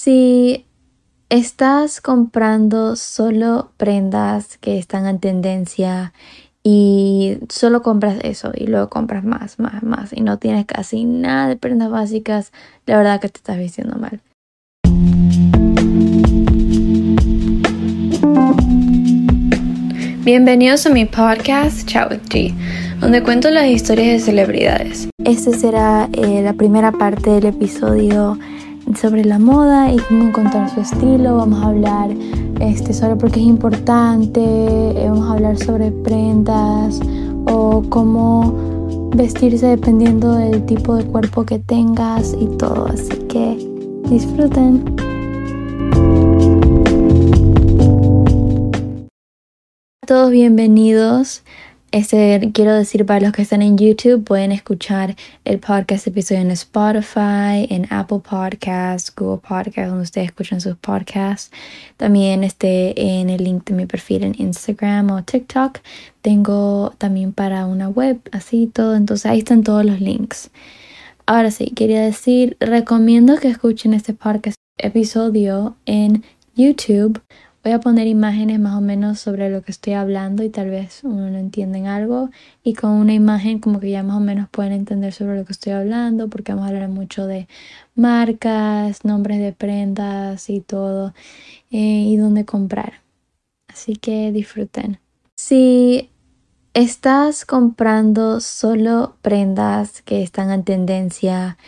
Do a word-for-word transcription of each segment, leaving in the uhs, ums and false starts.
Si estás comprando solo prendas que están en tendencia y solo compras eso y luego compras más, más, más y no tienes casi nada de prendas básicas, la verdad que te estás vistiendo mal. Bienvenidos a mi podcast Chat with G, donde cuento las historias de celebridades. Esta será eh, la primera parte del episodio sobre la moda y cómo encontrar su estilo. Vamos a hablar este, sobre por qué es importante, eh, vamos a hablar sobre prendas o cómo vestirse dependiendo del tipo de cuerpo que tengas y todo. Así que disfruten. Todos bienvenidos. Este, quiero decir, para los que están en YouTube, pueden escuchar el podcast episodio en Spotify, en Apple Podcasts, Google Podcasts, donde ustedes escuchan sus podcasts. También este, en el link de mi perfil en Instagram o TikTok. Tengo también para una web, así todo. Entonces ahí están todos los links. Ahora sí, quería decir, recomiendo que escuchen este podcast episodio en YouTube. Voy a poner imágenes más o menos sobre lo que estoy hablando y tal vez uno no entienden algo. Y con una imagen como que ya más o menos pueden entender sobre lo que estoy hablando, porque vamos a hablar mucho de marcas, nombres de prendas y todo, eh, y dónde comprar. Así que disfruten. Si estás comprando solo prendas que están en tendencia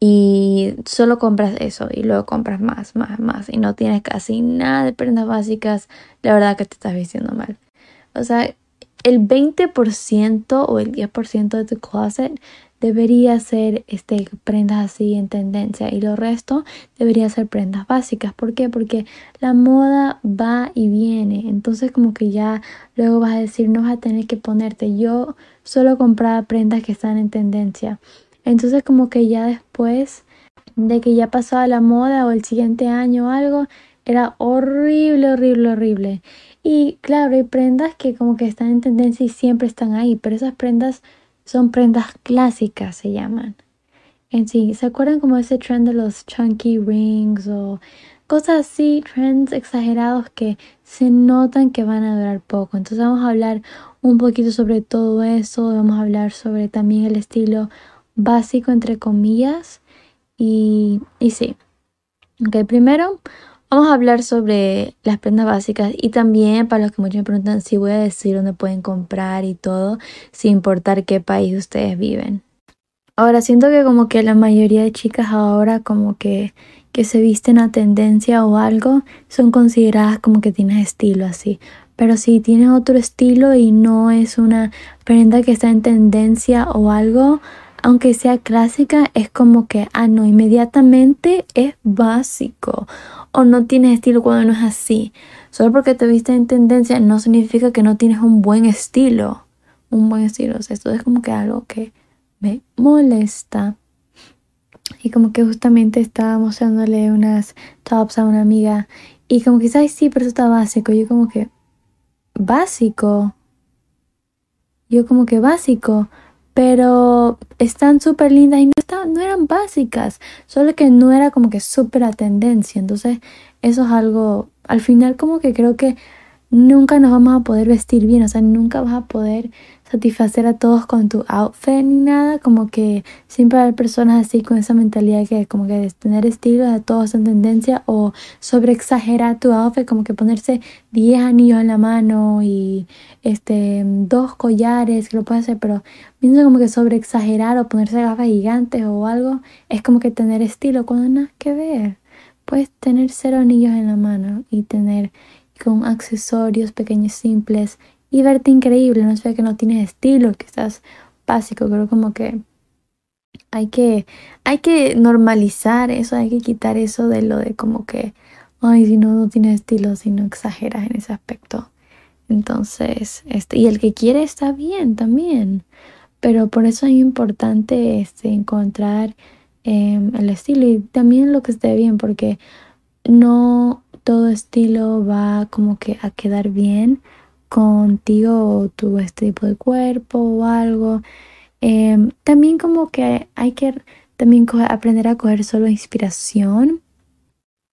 y solo compras eso y luego compras más, más, más y no tienes casi nada de prendas básicas, la verdad que te estás vistiendo mal. O sea, el veinte por ciento o el diez por ciento de tu closet debería ser este, prendas así en tendencia y lo resto debería ser prendas básicas. ¿Por qué? Porque la moda va y viene. Entonces como que ya luego vas a decir, no vas a tener que ponerte. Yo solo compraba prendas que están en tendencia. Entonces como que ya después de que ya pasaba la moda o el siguiente año o algo, era horrible, horrible, horrible. Y claro, hay prendas que como que están en tendencia y siempre están ahí, pero esas prendas son prendas clásicas, se llaman. En sí, ¿se acuerdan como ese trend de los chunky rings o cosas así, trends exagerados que se notan que van a durar poco? Entonces vamos a hablar un poquito sobre todo eso, vamos a hablar sobre también el estilo básico entre comillas y, y sí. Ok, primero vamos a hablar sobre las prendas básicas y también para los que muchos me preguntan si voy a decir dónde pueden comprar y todo, sin importar qué país ustedes viven. Ahora siento que como que la mayoría de chicas ahora como que, que se visten a tendencia o algo son consideradas como que tienes estilo así. Pero si tienes otro estilo y no es una prenda que está en tendencia o algo, aunque sea clásica, es como que, ah, no, inmediatamente es básico. O no tienes estilo cuando no es así. Solo porque te viste en tendencia no significa que no tienes un buen estilo. Un buen estilo. O sea, esto es como que algo que me molesta. Y como que justamente estaba mostrándole unas tops a una amiga. Y como que, ay, sí, pero eso está básico. Yo como que, ¿básico? Yo como que básico. Pero están súper lindas y no, estaban, no eran básicas. Solo que no era como que súper a tendencia. Entonces eso es algo, al final como que creo que nunca nos vamos a poder vestir bien. O sea, nunca vas a poder satisfacer a todos con tu outfit ni nada. Como que siempre hay personas así con esa mentalidad que como que de tener estilos a todos en tendencia o sobre exagerar tu outfit, como que ponerse diez anillos en la mano y este dos collares, que lo puedes hacer, pero pienso como que sobre exagerar o ponerse gafas gigantes o algo es como que tener estilo cuando nada que ver. Puedes tener cero anillos en la mano y tener con accesorios pequeños simples y verte increíble, no sé, que no tienes estilo, que estás básico. Creo como que hay que hay que normalizar eso, hay que quitar eso de lo de como que ay, si no no tienes estilo, si no exageras en ese aspecto. Entonces, este, y el que quiere está bien también, pero por eso es importante este, encontrar eh, el estilo y también lo que esté bien, porque no todo estilo va como que a quedar bien contigo o tu este tipo de cuerpo o algo. Eh, también como que hay que también co- aprender a coger solo inspiración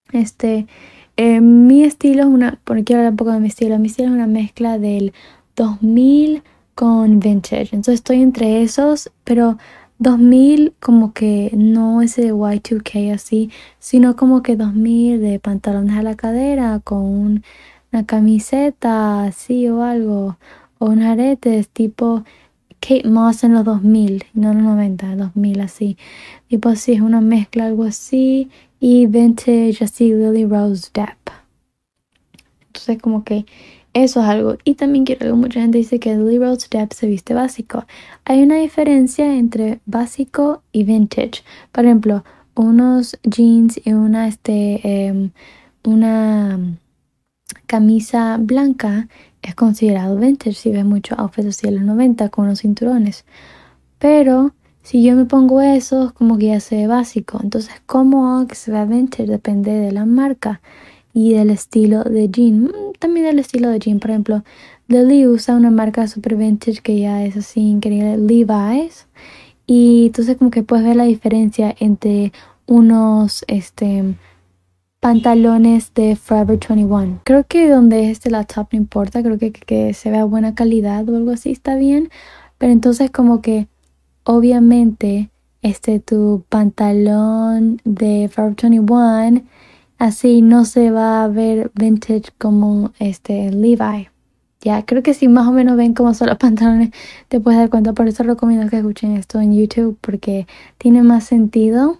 Este, eh, mi estilo es una, porque quiero hablar un poco de mi estilo, mi estilo es una mezcla del dos mil con vintage, entonces estoy entre esos, pero dos mil como que no ese de Y dos K así, sino como que dos mil de pantalones a la cadera con un- una camiseta así o algo, o un aretes tipo Kate Moss en los dos mil, no en los noventa, dos mil así. Tipo así, es una mezcla, algo así. Y vintage, así, Lily Rose Depp. Entonces, como que eso es algo. Y también quiero algo, mucha gente dice que Lily Rose Depp se viste básico. Hay una diferencia entre básico y vintage. Por ejemplo, unos jeans y una, este, em, una camisa blanca es considerado vintage. Si ves muchos outfits así de los noventa con unos cinturones. Pero si yo me pongo eso, es como que ya se ve básico. Entonces, cómo hago que se vea vintage depende de la marca y del estilo de jean. Mm, También del estilo de jean. Por ejemplo, Lily usa una marca super vintage que ya es así increíble, Levi's. Y entonces como que puedes ver la diferencia entre unos este, pantalones de Forever veintiuno. Creo que donde es este la top no importa. Creo que, que se vea buena calidad o algo así está bien. Pero entonces como que obviamente, este tu pantalón de Forever veintiuno, así no se va a ver vintage como este Levi. Ya, creo que si más o menos ven cómo son los pantalones, te puedes dar cuenta. Por eso recomiendo que escuchen esto en YouTube, porque tiene más sentido.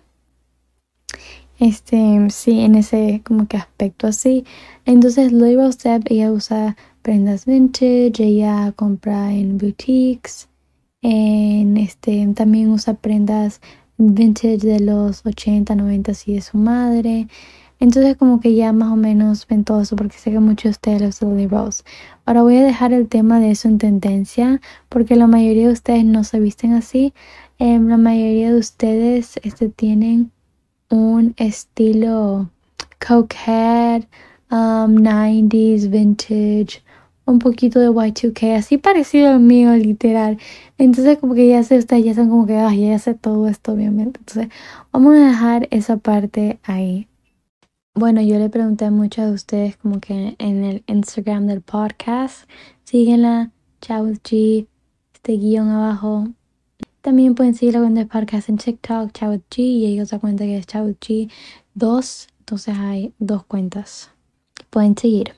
Este, sí, en ese como que aspecto así. Entonces, Lily Rose Depp, ella usa prendas vintage, ella compra en boutiques. En este, también usa prendas vintage de los ochenta noventa así de su madre. Entonces como que ya más o menos ven todo eso porque sé que muchos de ustedes les gusta Lily Rose. Ahora voy a dejar el tema de eso en tendencia porque la mayoría de ustedes no se visten así. Em, la mayoría de ustedes este, tienen un estilo coquette, um, nineties, vintage, un poquito de Y dos K, así parecido al mío, literal. Entonces, como que ya sé, ustedes ya son como que, ay, ya sé todo esto, obviamente. Entonces, vamos a dejar esa parte ahí. Bueno, yo le pregunté a muchos de ustedes como que en el Instagram del podcast, síguenla, Chat with G, este guión abajo. También pueden seguir la cuenta de podcast en TikTok, Chat with G, y hay otra cuenta que es Chat with G dos, entonces hay dos cuentas. Pueden seguir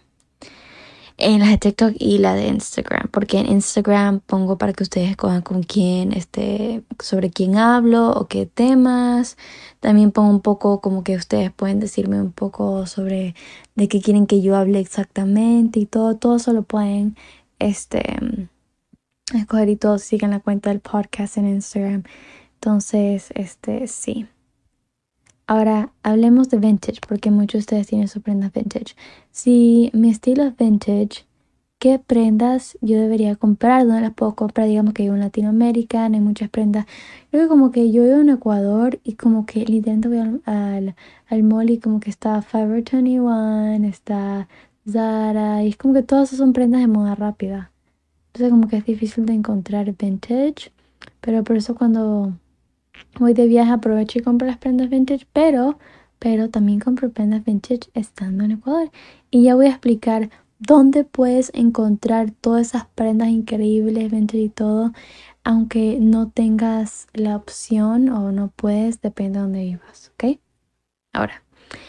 en las de TikTok y la de Instagram, porque en Instagram pongo para que ustedes escojan con quién, este, sobre quién hablo o qué temas. También pongo un poco como que ustedes pueden decirme un poco sobre de qué quieren que yo hable exactamente y todo, todo eso lo pueden, este, escoger y todo. Sigan la cuenta del podcast en Instagram. Entonces, este, sí. Ahora, hablemos de vintage, porque muchos de ustedes tienen sus prendas vintage. Si mi estilo es vintage, ¿qué prendas yo debería comprar? ¿Dónde las puedo comprar? Digamos que yo en Latinoamérica no hay muchas prendas. Creo que como que yo vivo en Ecuador y como que literalmente voy al, al, al mall y como que está Forever veintiuno, está Zara, y es como que todas esas son prendas de moda rápida. Entonces como que es difícil de encontrar vintage, pero por eso cuando voy de viaje aprovecho y compro las prendas vintage, pero, pero también compro prendas vintage estando en Ecuador. Y ya voy a explicar dónde puedes encontrar todas esas prendas increíbles, vintage y todo, aunque no tengas la opción o no puedes, depende de dónde vivas, ¿ok? Ahora,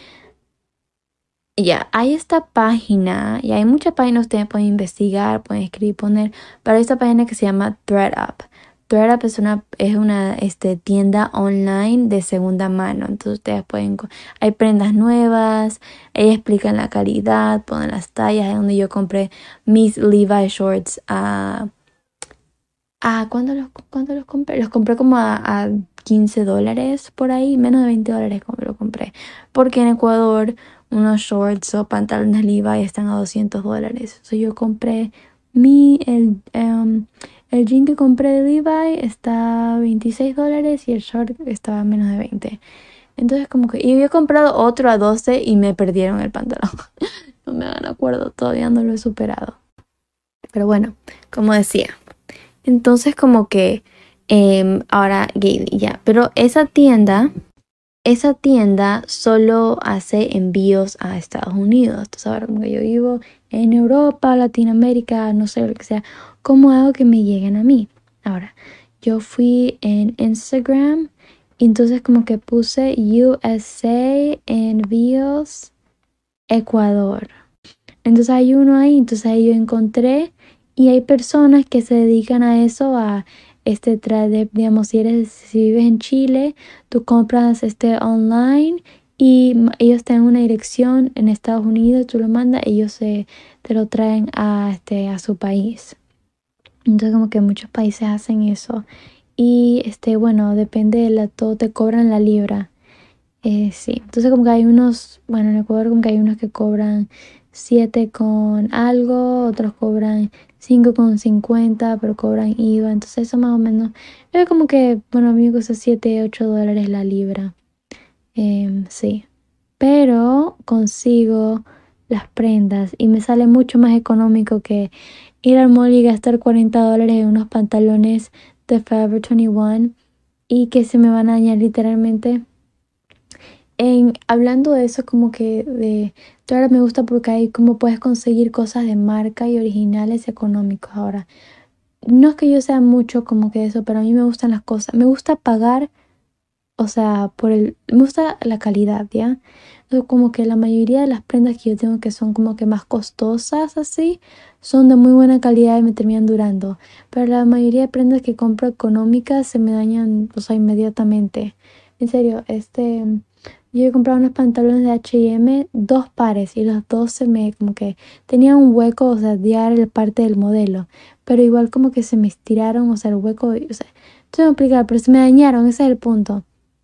ya, hay esta página, y hay muchas páginas, ustedes pueden investigar, pueden escribir, poner, pero hay esta página que se llama ThreadUp. ThreadUp es una, es una este, tienda online de segunda mano, entonces ustedes pueden, co- hay prendas nuevas, ellos explican la calidad, ponen las tallas, es donde yo compré mis Levi shorts a, a ¿cuándo los, cuándo los compré? Los compré como a, a quince dólares por ahí, menos de veinte dólares como lo compré, porque en Ecuador unos shorts o pantalones Levi están a doscientos dólares. So yo compré mi, el, em, el jean que compré de Levi está a veintiséis dólares y el short estaba a menos de veinte. Entonces como que, y había comprado otro a doce y me perdieron el pantalón. No me hagan acuerdo, todavía no lo he superado. Pero bueno, como decía. Entonces como que em, ahora Gailey ya. Pero esa tienda esa tienda solo hace envíos a Estados Unidos. Entonces ahora como que yo vivo en Europa, Latinoamérica, no sé lo que sea, ¿cómo hago que me lleguen a mí? Ahora, yo fui en Instagram y entonces como que puse U S A envíos Ecuador. Entonces hay uno ahí, entonces ahí yo encontré y hay personas que se dedican a eso, a este traer, digamos, si eres, si vives en Chile, tú compras este online y m- ellos te dan una dirección en Estados Unidos, tú lo mandas, ellos se, te lo traen a, este, a su país. Entonces como que muchos países hacen eso. Y este, bueno, depende de la, todo te cobran la libra. Eh, sí, entonces como que hay unos, bueno, en Ecuador como que hay unos que cobran siete con algo, otros cobran cinco con cincuenta pero cobran I V A, entonces eso más o menos, es como que, bueno, a mí me cuesta siete ocho dólares la libra, em, sí, pero consigo las prendas y me sale mucho más económico que ir al mall y gastar cuarenta dólares en unos pantalones de Forever veintiuno y que se me van a dañar literalmente. En, hablando de eso, como que de ahora me gusta porque ahí como puedes conseguir cosas de marca y originales económicos. Ahora, no es que yo sea mucho como que eso, pero a mí me gustan las cosas. Me gusta pagar, o sea, por el, me gusta la calidad, ¿ya? Entonces, como que la mayoría de las prendas que yo tengo que son como que más costosas así, son de muy buena calidad y me terminan durando. Pero la mayoría de prendas que compro económicas se me dañan, o sea, inmediatamente. En serio, este, yo he comprado unos pantalones de H y M, dos pares, y los dos se me, como que tenían un hueco, o sea, ya era parte del modelo. Pero igual como que se me estiraron, o sea, el hueco, o sea, no sé cómo explicar, pero se me dañaron, ese es el punto.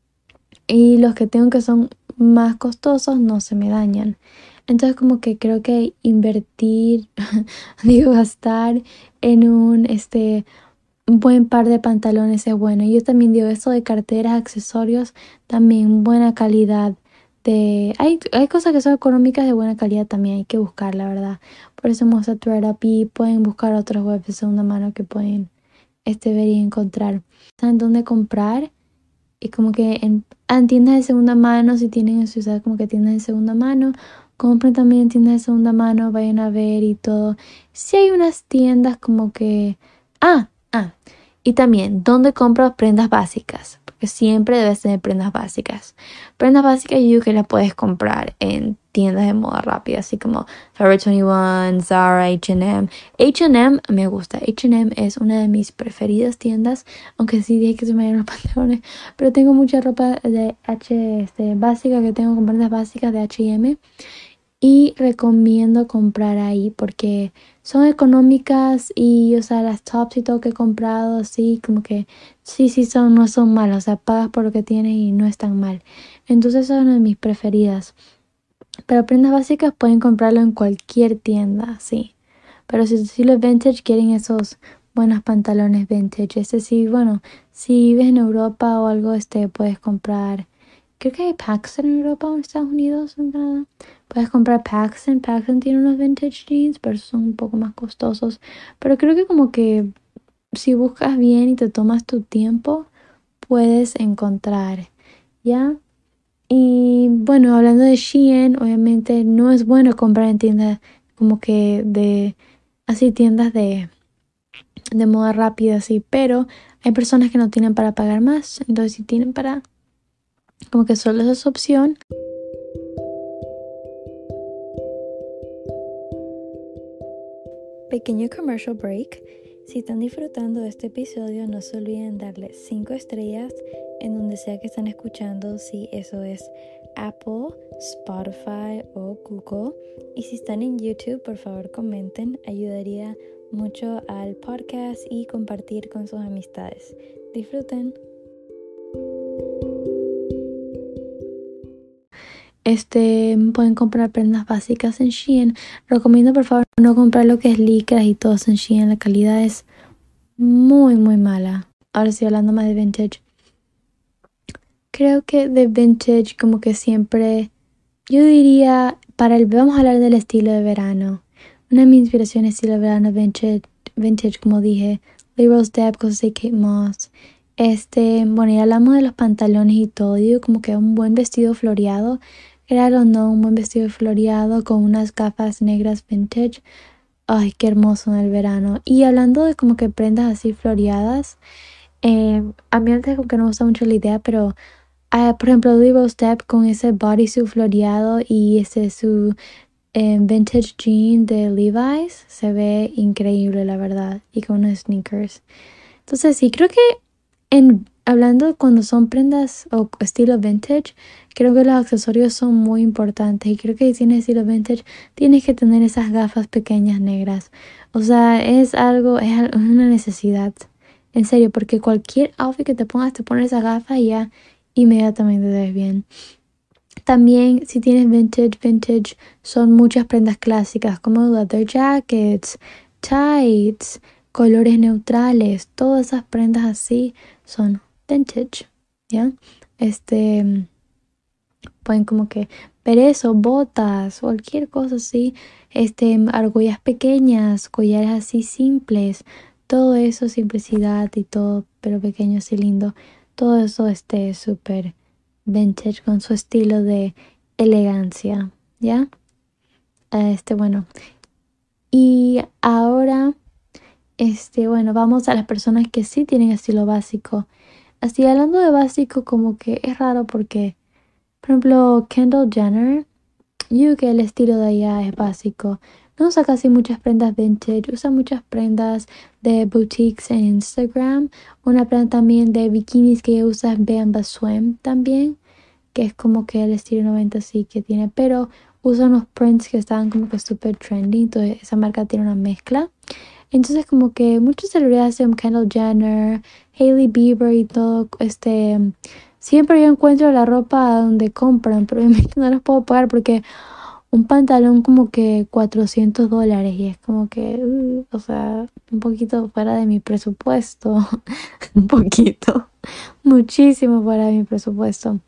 Y los que tengo que son más costosos no se me dañan. Entonces como que creo que invertir, digo gastar en un este un buen par de pantalones es bueno. Yo también digo eso de carteras, accesorios, también buena calidad. De hay, hay cosas que son económicas de buena calidad también hay que buscar, la verdad. Por eso me gusta ThreadUp y pueden buscar otros webs de segunda mano que pueden este ver y encontrar. ¿Saben dónde comprar? Y como que en, en tiendas de segunda mano, si tienen en su ciudad como que tiendas de segunda mano, compren también en tiendas de segunda mano, vayan a ver y todo. Si hay unas tiendas como que... Ah, ah. Y también, ¿dónde compras prendas básicas? Porque siempre debes tener prendas básicas. Prendas básicas yo digo que las puedes comprar en tiendas de moda rápida, así como Forever veintiuno, Zara, H and M. H and M me gusta. H and M es una de mis preferidas tiendas, aunque sí dije que se me dieron los pantalones. Pero tengo mucha ropa de H, este, básica que tengo con prendas básicas de H y M y recomiendo comprar ahí porque son económicas y, o sea, las tops y todo que he comprado, así como que sí, sí son, no son malas, o sea, pagas por lo que tienes y no es tan mal. Entonces, son una de mis preferidas. Pero prendas básicas pueden comprarlo en cualquier tienda, sí. Pero si si los vintage quieren esos buenos pantalones vintage, este sí, bueno, si vives en Europa o algo, este puedes comprar. Creo que hay Paxton en Europa o en Estados Unidos o en Canadá. Puedes comprar Paxton. Paxton tiene unos vintage jeans, pero son un poco más costosos. Pero creo que como que si buscas bien y te tomas tu tiempo, puedes encontrar, ¿ya? Y bueno, hablando de Shein, obviamente no es bueno comprar en tiendas como que de, así tiendas de, de moda rápida, así, pero hay personas que no tienen para pagar más, entonces si tienen para, como que solo esa es su opción. Pequeño commercial break. Si están disfrutando de este episodio, no se olviden darle cinco estrellas en donde sea que están escuchando, si eso es Apple, Spotify o Google. Y si están en YouTube, por favor comenten, ayudaría mucho al podcast y compartir con sus amistades. Disfruten. Este, pueden comprar prendas básicas en Shein. Recomiendo por favor no comprar lo que es licras y todo en Shein. La calidad es muy muy mala. Ahora estoy hablando más de vintage. Creo que de vintage como que siempre, yo diría, para el, vamos a hablar del estilo de verano. Una de mis inspiraciones estilo de verano vintage, vintage como dije, Lee Rose Depp, cosas de Kate Moss. Este, bueno, ya hablamos de los pantalones y todo, digo como que un buen vestido floreado, claro, no, un buen vestido floreado con unas gafas negras vintage. Ay, qué hermoso en el verano. Y hablando de como que prendas así floreadas, eh, a mí antes como que no me gusta mucho la idea, pero ah, por ejemplo, Louis Step con ese bodysuit floreado y ese su eh, vintage jean de Levi's se ve increíble, la verdad, y con unos sneakers. Entonces sí, creo que en hablando cuando son prendas o estilo vintage, creo que los accesorios son muy importantes y creo que si tienes estilo vintage tienes que tener esas gafas pequeñas negras. O sea, es algo, es al- es una necesidad. En serio, porque cualquier outfit que te pongas, te pones esas gafas y ya inmediatamente te ves bien. También, si tienes vintage, vintage son muchas prendas clásicas como leather jackets, tights, colores neutrales, todas esas prendas así son vintage, ¿ya? Este, pueden como que ver eso, botas, cualquier cosa así, este, argollas pequeñas, collares así simples, todo eso, simplicidad y todo, pero pequeño y lindo, todo eso, este, súper vintage con su estilo de elegancia, ¿ya? Este, bueno, y ahora, este, bueno, vamos a las personas que sí tienen estilo básico. Así hablando de básico, como que es raro porque, por ejemplo, Kendall Jenner, yo que el estilo de ella es básico. No usa casi muchas prendas vintage, usa muchas prendas de boutiques en Instagram. Una prenda también de bikinis que ella usa es Bamba Swim también, que es como que el estilo noventa sí que tiene, pero usa unos prints que estaban como que súper trendy, entonces esa marca tiene una mezcla. Entonces como que muchas celebridades como Kendall Jenner, Hailey Bieber y todo, este, siempre yo encuentro la ropa donde compran, pero obviamente no las puedo pagar porque un pantalón como que cuatrocientos dólares y es como que, uh, o sea, un poquito fuera de mi presupuesto, un poquito, muchísimo fuera de mi presupuesto.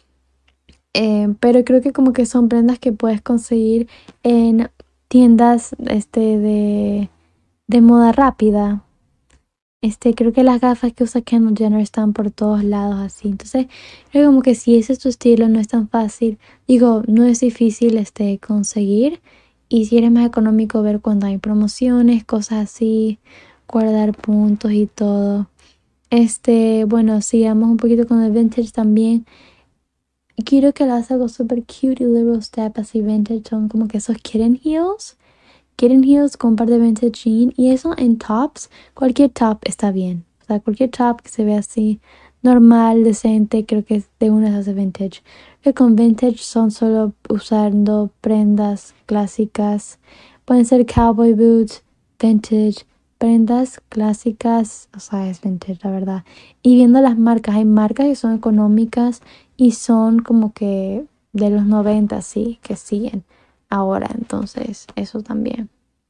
Eh, pero creo que como que son prendas que puedes conseguir en tiendas este de, de moda rápida. Este, creo que las gafas que usa Kendall Jenner están por todos lados así. Entonces, creo que como que si ese es tu estilo, no es tan fácil. Digo, no es difícil este conseguir. Y si eres más económico, ver cuando hay promociones, cosas así, guardar puntos y todo. Este, bueno, sigamos un poquito con el vintage también. Quiero que hagas algo súper cute y little step así vintage. Son como que esos kitten heels. Kitten heels con par de vintage jean. Y eso en tops. Cualquier top está bien. O sea, cualquier top que se vea así normal, decente. Creo que de una se hace vintage. Que con vintage son solo usando prendas clásicas. Pueden ser cowboy boots, vintage. Prendas clásicas. O sea, es vintage, la verdad. Y viendo las marcas. Hay marcas que son económicas y son como que de los noventa, sí, que siguen ahora, entonces eso también,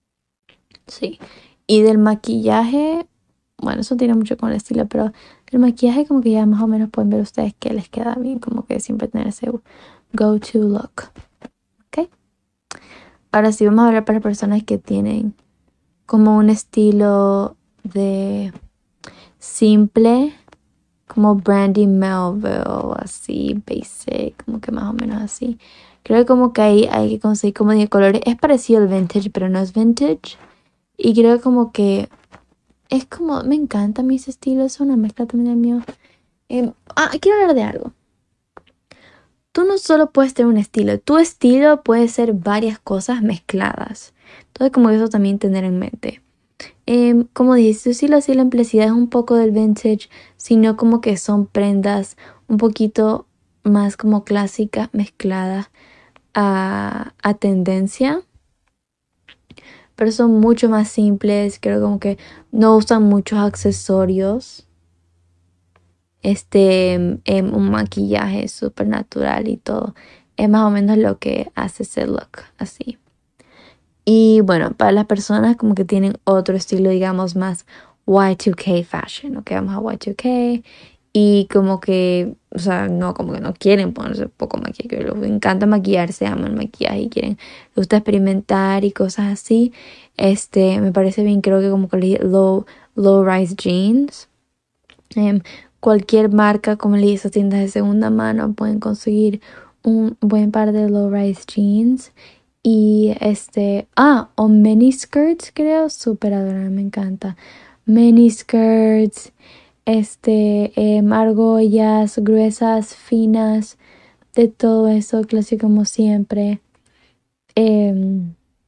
sí. Y del maquillaje, bueno, eso tiene mucho con el estilo, pero el maquillaje como que ya más o menos pueden ver ustedes que les queda bien, como que siempre tener ese go-to look, ¿ok? Ahora sí, vamos a hablar para personas que tienen como un estilo de simple, como Brandy Melville, así, basic, como que más o menos así. Creo que como que ahí hay que conseguir como de colores. Es parecido al vintage, pero no es vintage. Y creo como que es como, me encanta mis estilos, es una mezcla también del mío. Em, ah, quiero hablar de algo. Tú no solo puedes tener un estilo, tu estilo puede ser varias cosas mezcladas. Entonces como eso también tener en mente. Em, como dices, sí, la simplicidad es un poco del vintage, sino como que son prendas un poquito más como clásicas mezcladas a, a tendencia, pero son mucho más simples, creo como que no usan muchos accesorios, este, em, un maquillaje súper natural y todo, es más o menos lo que hace ese look así. Y bueno, para las personas como que tienen otro estilo, digamos, más Y dos K fashion, ¿ok? Vamos a Y dos K y como que, o sea, no, como que no quieren ponerse poco maquillaje, les encanta maquillarse, aman el maquillaje y quieren, les gusta experimentar y cosas así. Este, me parece bien, creo que como que le- low, low rise jeans. Em, cualquier marca, como le dice, tiendas de segunda mano, pueden conseguir un buen par de low-rise jeans. Y este, ah, o mini skirts, creo, súper adorable, me encanta. Mini skirts, este, eh, argollas gruesas, finas, de todo eso, clásico como siempre. Eh,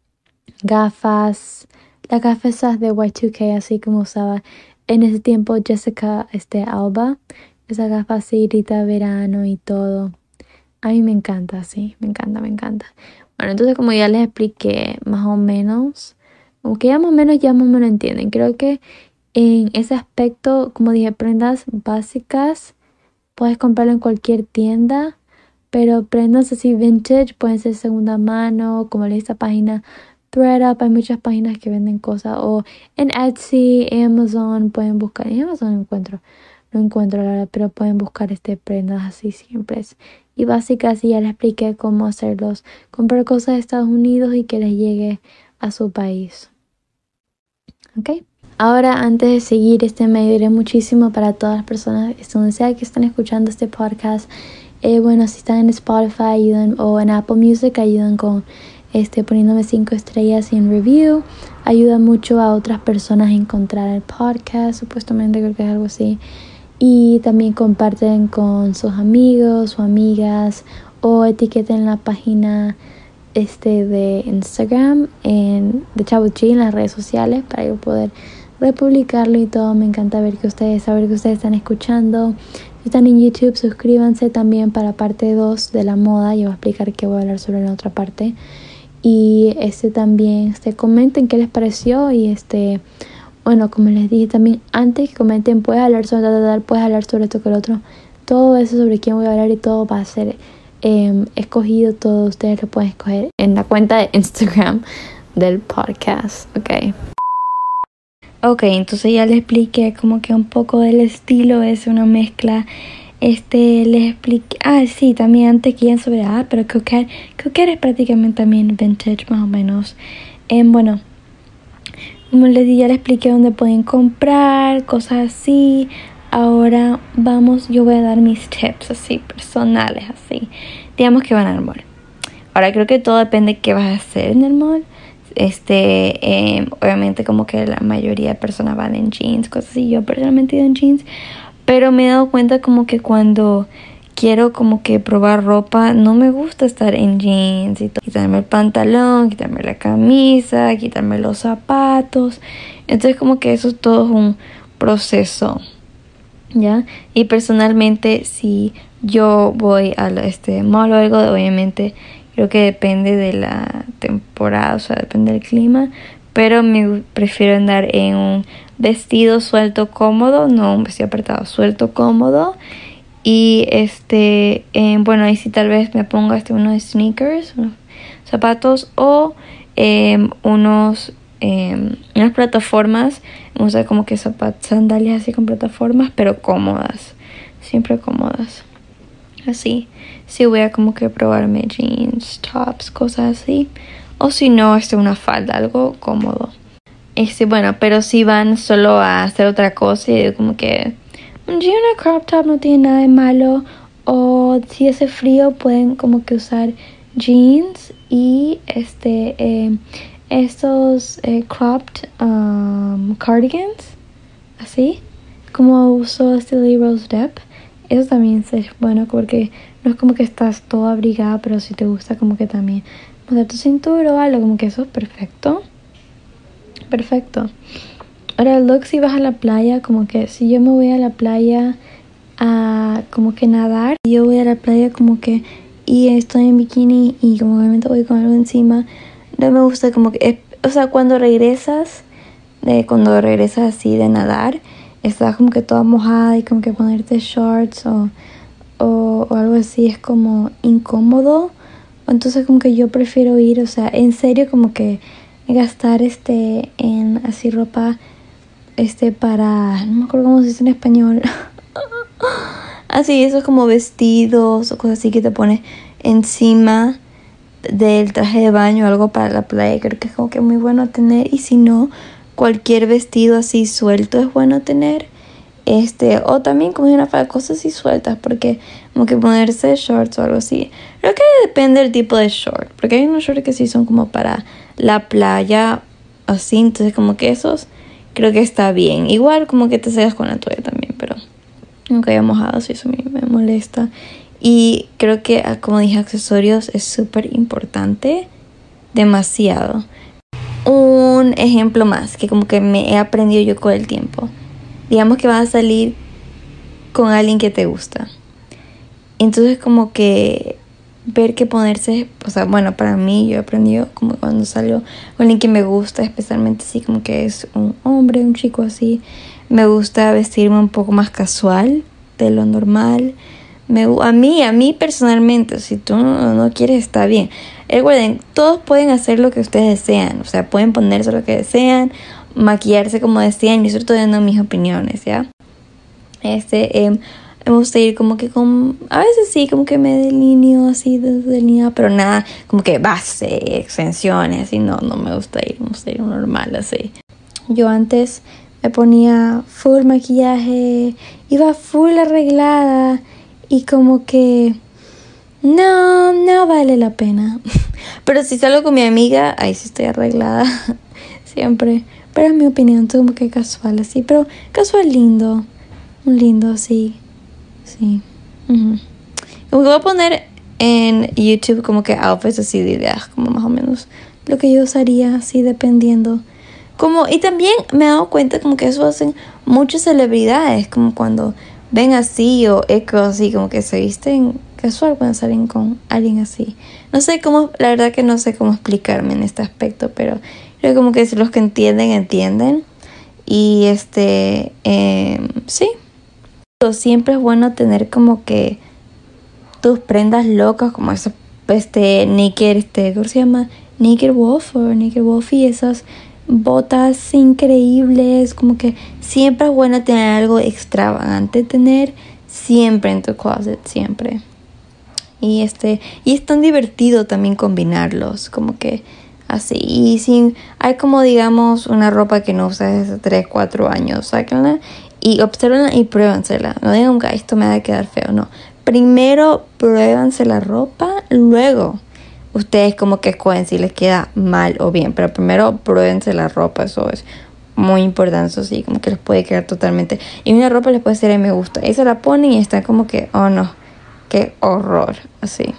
gafas, las gafas esas de Y dos K, así como usaba en ese tiempo Jessica este, Alba. Esa gafa así, grita verano y todo. A mí me encanta, sí, me encanta, me encanta. Bueno, entonces como ya les expliqué más o menos, como que ya más o menos, ya más o menos entienden. Creo que en ese aspecto, como dije, prendas básicas, puedes comprarlo en cualquier tienda, pero prendas así vintage pueden ser segunda mano, como le esta página ThreadUp, hay muchas páginas que venden cosas, o en Etsy, Amazon, pueden buscar, en Amazon no encuentro, no encuentro la verdad, pero pueden buscar este prendas así siempre. Y básicas, y ya les expliqué cómo hacerlos, comprar cosas de Estados Unidos y que les llegue a su país. ¿Ok? Ahora, antes de seguir, este me ayudaría muchísimo para todas las personas, donde sea que están escuchando este podcast. Eh, bueno, si están en Spotify, ayudan, o en Apple Music, ayudan con este poniéndome cinco estrellas y en review. Ayuda mucho a otras personas a encontrar el podcast, supuestamente creo que es algo así. Y también comparten con sus amigos o amigas, o etiqueten la página este de Instagram en de Chabuchi en las redes sociales para yo poder republicarlo y todo. Me encanta ver que ustedes, saber que ustedes están escuchando. Si están en YouTube, suscríbanse también para parte dos de la moda. Yo voy a explicar qué voy a hablar sobre la otra parte. Y este también, este, comenten qué les pareció. Y este, bueno, como les dije también antes, que comenten, puedes hablar sobre tal, tal, puedes hablar sobre esto que el otro. Todo eso sobre quién voy a hablar y todo va a ser eh, escogido. Todos ustedes lo pueden escoger en la cuenta de Instagram del podcast. Ok. Ok, entonces ya les expliqué como que un poco del estilo, es una mezcla. Este, les expliqué, ah, sí, también antes que iban sobre, ah, pero Coquette, Coquette es prácticamente también vintage, más o menos. Eh, bueno, como les dije, ya les expliqué dónde pueden comprar, cosas así. Ahora vamos, yo voy a dar mis tips así, personales, así. Digamos que van al mall. Ahora creo que todo depende de qué vas a hacer en el mall. Este, eh, obviamente como que la mayoría de personas van en jeans, cosas así. Yo personalmente he ido en jeans, pero me he dado cuenta como que cuando quiero como que probar ropa, no me gusta estar en jeans y todo. Quitarme el pantalón, quitarme la camisa, quitarme los zapatos. Entonces como que eso todo es un proceso, ¿ya? Y personalmente si yo voy a este mall o algo, obviamente creo que depende de la temporada, o sea, depende del clima. Pero me prefiero andar en un vestido suelto cómodo, no un vestido apretado, suelto cómodo. Y este, eh, bueno, ahí sí tal vez me pongo este, unos sneakers, unos zapatos o eh, unos, eh, unas plataformas. O sea, como que zapatos, sandalias así con plataformas, pero cómodas, siempre cómodas. Así, si voy a como que probarme jeans, tops, cosas así. O si no, este, una falda, algo cómodo. Este, bueno, pero si van solo a hacer otra cosa y como que un jean, una crop top no tiene nada de malo. O si hace frío pueden como que usar jeans y este eh, estos eh, cropped um, cardigans, así como usó este Lily Rose Depp. Eso también es bueno porque no es como que estás toda abrigada, pero si te gusta como que también poner tu cintura o algo, como que eso es perfecto. Perfecto. Ahora, look, si vas a la playa, como que si yo me voy a la playa a como que nadar, yo voy a la playa como que y estoy en bikini y como obviamente voy con algo encima, no me gusta como que, o sea, cuando regresas, de cuando regresas así de nadar, estás como que toda mojada y como que ponerte shorts o, o, o algo así es como incómodo. Entonces como que yo prefiero ir, o sea, en serio como que gastar este en así ropa este para, no me acuerdo cómo se dice en español. Así, eso es como vestidos o cosas así que te pones encima del traje de baño o algo para la playa. Creo que es como que muy bueno tener. Y si no, cualquier vestido así suelto es bueno tener. Este, o también como una falda, cosas así sueltas, porque como que ponerse shorts o algo así. Creo que depende del tipo de short, porque hay unos shorts que sí son como para la playa, así, entonces como que esos creo que está bien. Igual como que te secas con la toalla también, pero nunca haya mojado, sí, eso a mí me molesta. Y creo que, como dije, accesorios es súper importante, demasiado. Un ejemplo más que como que me he aprendido yo con el tiempo. Digamos que vas a salir con alguien que te gusta. Entonces como que ver que ponerse, o sea, bueno, para mí yo he aprendido como cuando salgo con alguien que me gusta, especialmente si como que es un hombre, un chico así, me gusta vestirme un poco más casual de lo normal. Me, a mí, a mí personalmente, si tú no, no quieres, está bien. Recuerden, todos pueden hacer lo que ustedes desean, o sea, pueden ponerse lo que desean, maquillarse como desean. Yo estoy dando mis opiniones, ¿ya? Este, eh, me gusta ir como que con, a veces sí, como que me delineo así, delineo, pero nada, como que base, extensiones, así, no, no me gusta ir, me gusta ir normal, así. Yo antes me ponía full maquillaje, iba full arreglada y como que no, no vale la pena. Pero si salgo con mi amiga, ahí sí estoy arreglada, siempre. Pero en mi opinión, como que casual, así. Pero casual lindo. Un lindo, sí. Sí. Uh-huh. Como que voy a poner en YouTube como que outfits así de ideas, como más o menos lo que yo usaría, así dependiendo. Como, y también me he dado cuenta como que eso hacen muchas celebridades, como cuando ven así o eco así, como que se visten casual cuando salen con alguien así. No sé cómo, la verdad que no sé cómo explicarme en este aspecto, pero creo como que si los que entienden, entienden. Y este, eh, sí. Siempre es bueno tener como que tus prendas locas, como esos, este, Naked, este, ¿cómo se llama? Naked Wolf o Naked Wolf, y esas botas increíbles, como que siempre es bueno tener algo extravagante, tener siempre en tu closet, siempre. Y este, y es tan divertido también combinarlos, como que así. Y sin, hay como digamos una ropa que no usas desde tres, cuatro años, sáquenla y observenla y pruébensela. No digan que esto me va a quedar feo, no. Primero pruébanse la ropa, luego ustedes como que escogen si les queda mal o bien. Pero primero pruébense la ropa, eso es muy importante, eso sí, como que les puede quedar totalmente. Y una ropa les puede decir, me gusta. Y se la ponen y están como que, oh no, qué horror, así.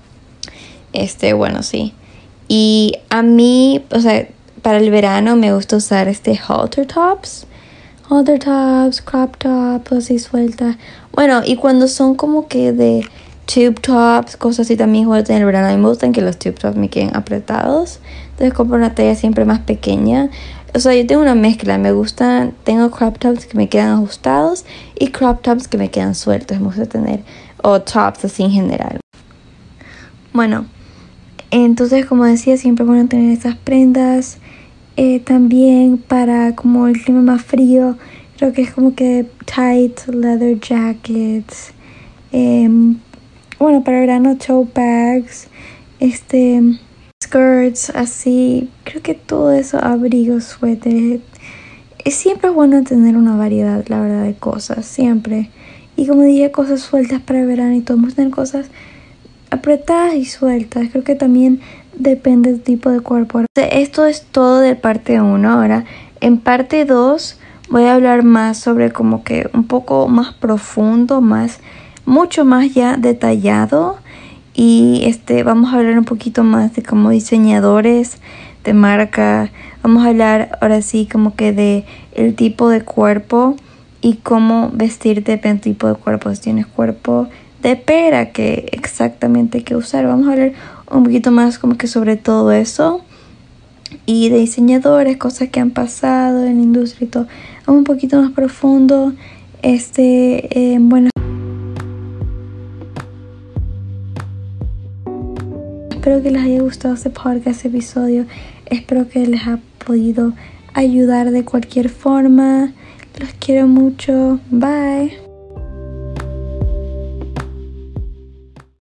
Este, bueno, sí. Y a mí, o sea, para el verano me gusta usar este halter tops. Halter tops, crop tops, así sueltas. Bueno, y cuando son como que de tube tops, cosas así también sueltas en el verano. A mí me gustan que los tube tops me queden apretados. Entonces compro una talla siempre más pequeña. O sea, yo tengo una mezcla. Me gustan, tengo crop tops que me quedan ajustados y crop tops que me quedan sueltos. Me gusta tener, o tops así en general. Bueno, entonces como decía, siempre es bueno tener esas prendas. Eh, también para como el clima más frío, creo que es como que tight leather jackets. Eh, bueno, para verano tote bags, este, skirts, así. Creo que todo eso, abrigos, suéteres. Es siempre bueno tener una variedad, la verdad, de cosas, siempre. Y como dije, cosas sueltas para el verano y todo. Vamos a tener cosas apretadas y sueltas. Creo que también depende del tipo de cuerpo. Esto es todo de parte uno. Ahora, en parte dos voy a hablar más sobre como que un poco más profundo, más, mucho más ya detallado. Y este, vamos a hablar un poquito más de como diseñadores de marca. Vamos a hablar ahora sí como que de el tipo de cuerpo y cómo vestirte depende del tipo de cuerpo. Si tienes cuerpo de pera, que exactamente qué usar. Vamos a hablar un poquito más como que sobre todo eso y de diseñadores, cosas que han pasado en la industria y todo, un poquito más profundo. Este, eh, bueno, espero que les haya gustado este podcast, este episodio. Espero que les haya podido ayudar de cualquier forma. Los quiero mucho. Bye.